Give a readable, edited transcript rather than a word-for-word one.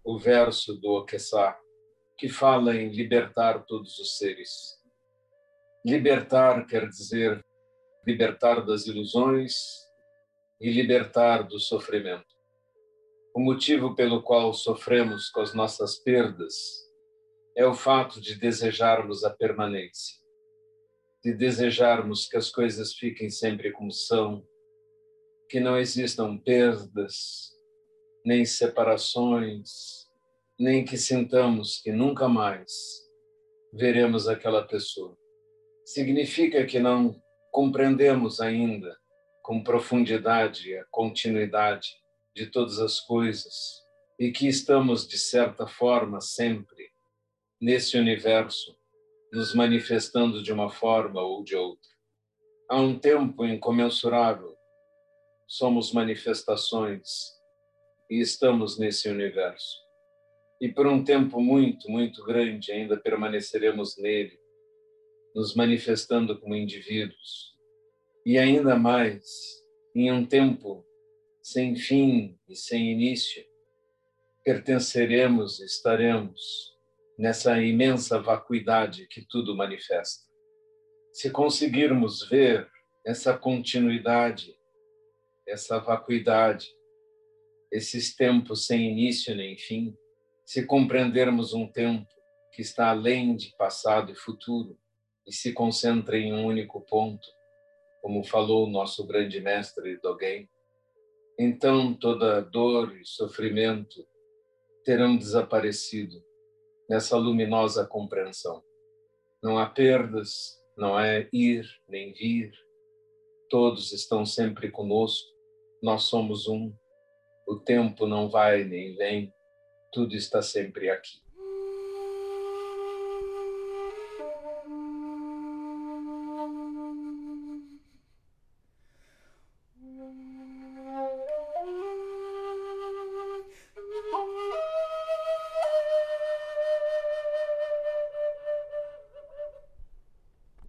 o verso do Okessá, que fala em libertar todos os seres. Libertar quer dizer libertar das ilusões e libertar do sofrimento. O motivo pelo qual sofremos com as nossas perdas é o fato de desejarmos a permanência, de desejarmos que as coisas fiquem sempre como são, que não existam perdas, nem separações, nem que sintamos que nunca mais veremos aquela pessoa. Significa que não compreendemos ainda com profundidade a continuidade de todas as coisas e que estamos, de certa forma, sempre nesse universo, nos manifestando de uma forma ou de outra. Há um tempo incomensurável, somos manifestações e estamos nesse universo. E por um tempo muito, muito grande ainda permaneceremos nele, nos manifestando como indivíduos. E ainda mais, em um tempo sem fim e sem início, pertenceremos e estaremos nessa imensa vacuidade que tudo manifesta. Se conseguirmos ver essa continuidade, essa vacuidade, esses tempos sem início nem fim, se compreendermos um tempo que está além de passado e futuro e se concentra em um único ponto, como falou o nosso grande mestre Dogen, então toda dor e sofrimento terão desaparecido nessa luminosa compreensão. Não há perdas, não há ir nem vir, todos estão sempre conosco, nós somos um, o tempo não vai nem vem, tudo está sempre aqui.